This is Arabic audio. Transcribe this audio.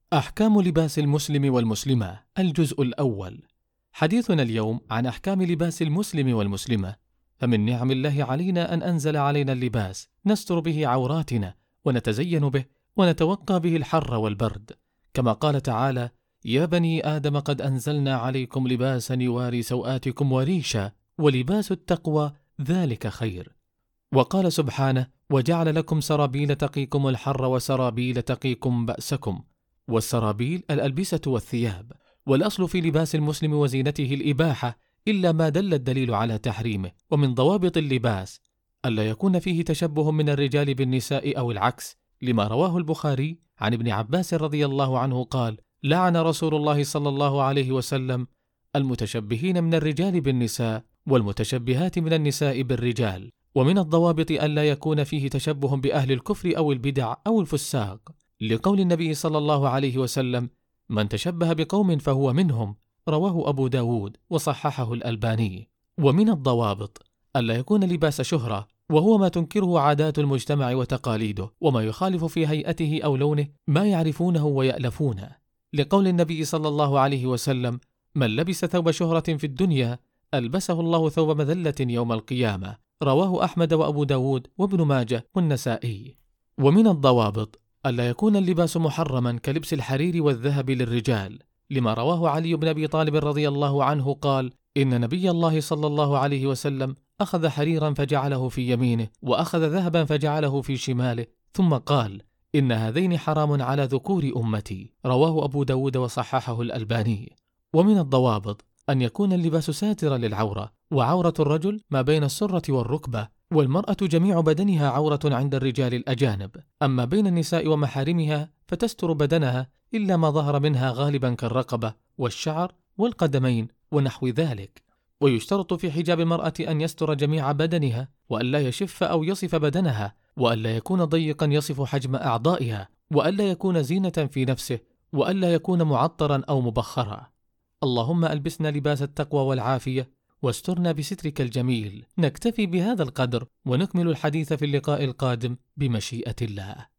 أحكام لباس المسلم والمسلمة، الجزء الأول. حديثنا اليوم عن أحكام لباس المسلم والمسلمة. فمن نعم الله علينا أن أنزل علينا اللباس نستر به عوراتنا ونتزين به ونتوقى به الحر والبرد، كما قال تعالى: يا بني آدم قد أنزلنا عليكم لباسا يواري سوآتكم وريشا ولباس التقوى ذلك خير. وقال سبحانه: وجعل لكم سرابيل تقيكم الحر وسرابيل تقيكم بأسكم. والسرابيل الألبسة والثياب، والأصل في لباس المسلم وزينته الإباحة إلا ما دل الدليل على تحريمه. ومن ضوابط اللباس ألا يكون فيه تشبه من الرجال بالنساء أو العكس، لما رواه البخاري عن ابن عباس رضي الله عنه قال: لعن رسول الله صلى الله عليه وسلم المتشبهين من الرجال بالنساء والمتشبهات من النساء بالرجال. ومن الضوابط ألا يكون فيه تشبه بأهل الكفر أو البدع أو الفساق، لقول النبي صلى الله عليه وسلم: من تشبه بقوم فهو منهم، رواه أبو داود وصححه الألباني. ومن الضوابط ألا يكون لباس شهرة، وهو ما تنكره عادات المجتمع وتقاليده، وما يخالف في هيئته أو لونه ما يعرفونه ويألفونه، لقول النبي صلى الله عليه وسلم: من لبس ثوب شهرة في الدنيا ألبسه الله ثوب مذلة يوم القيامة، رواه أحمد وأبو داود وابن ماجه والنسائي. ومن الضوابط ألا يكون اللباس محرما كلبس الحرير والذهب للرجال، لما رواه علي بن أبي طالب رضي الله عنه قال: إن نبي الله صلى الله عليه وسلم أخذ حريرا فجعله في يمينه، وأخذ ذهبا فجعله في شماله، ثم قال: إن هذين حرام على ذكور أمتي، رواه أبو داود وصححه الألباني. ومن الضوابط أن يكون اللباس ساترا للعورة، وعورة الرجل ما بين السرة والركبة، والمرأة جميع بدنها عورة عند الرجال الأجانب، أما بين النساء ومحارمها فتستر بدنها إلا ما ظهر منها غالبا كالرقبة والشعر والقدمين ونحو ذلك. ويشترط في حجاب المرأة أن يستر جميع بدنها، وألا يشف أو يصف بدنها، وألا يكون ضيقا يصف حجم أعضائها، وألا يكون زينة في نفسه، وألا يكون معطرا أو مبخرا. اللهم ألبسنا لباس التقوى والعافية، واسترنا بسترك الجميل. نكتفي بهذا القدر ونكمل الحديث في اللقاء القادم بمشيئة الله.